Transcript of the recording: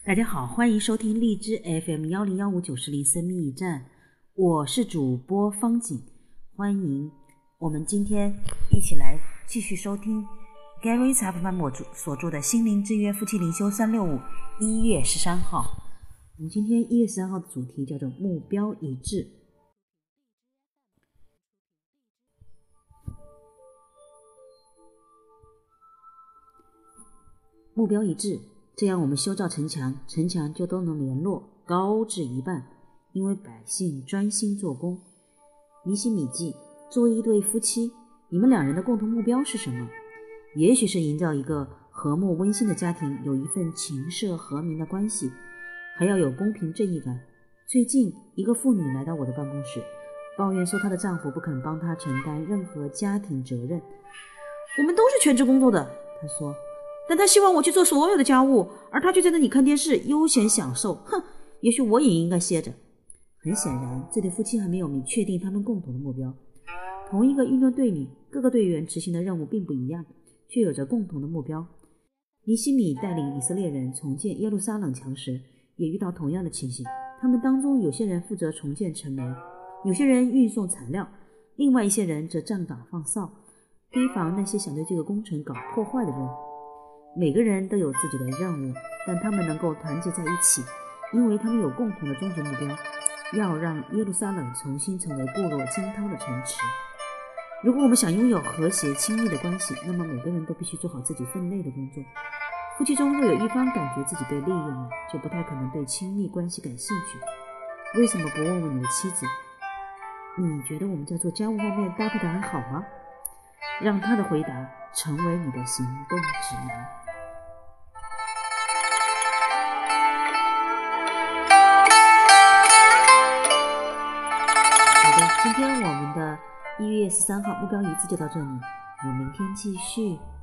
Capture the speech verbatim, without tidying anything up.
大家好，欢迎收听荔枝 F M 一零一五九四零生命驿站，我是主播方景，欢迎我们今天一起来继续收听 Gary Chapman 所著的《心灵之约夫妻灵修三六五》一月十三号。我们今天一月十三号的主题叫做目标一致。目标一致，这样我们修造城墙，城墙就都能联络，高至一半，因为百姓专心做工。尼希米记，作为一对夫妻，你们两人的共同目标是什么？也许是营造一个和睦温馨的家庭，有一份情涉和鸣的关系，还要有公平正义感。最近一个妇女来到我的办公室，抱怨说她的丈夫不肯帮她承担任何家庭责任。我们都是全职工作的，她说，但他希望我去做所有的家务，而他却在那里看电视悠闲享受。哼，也许我也应该歇着。很显然，这对夫妻还没有明确定他们共同的目标。同一个运动队里，各个队员执行的任务并不一样，却有着共同的目标。尼希米带领以色列人重建耶路撒冷墙时，也遇到同样的情形。他们当中有些人负责重建城门，有些人运送材料，另外一些人则站岗放哨，提防那些想对这个工程搞破坏的人。每个人都有自己的任务，但他们能够团结在一起，因为他们有共同的终极目标，要让耶路撒冷重新成为固若金汤的城池。如果我们想拥有和谐亲密的关系，那么每个人都必须做好自己分内的工作。夫妻中若有一方感觉自己被利用了，就不太可能对亲密关系感兴趣。为什么不问问你的妻子，你觉得我们在做家务方面搭配得还好吗？让他的回答成为你的行动指南。好的，今天我们的一月十三号目标一致就到这里，我们明天继续。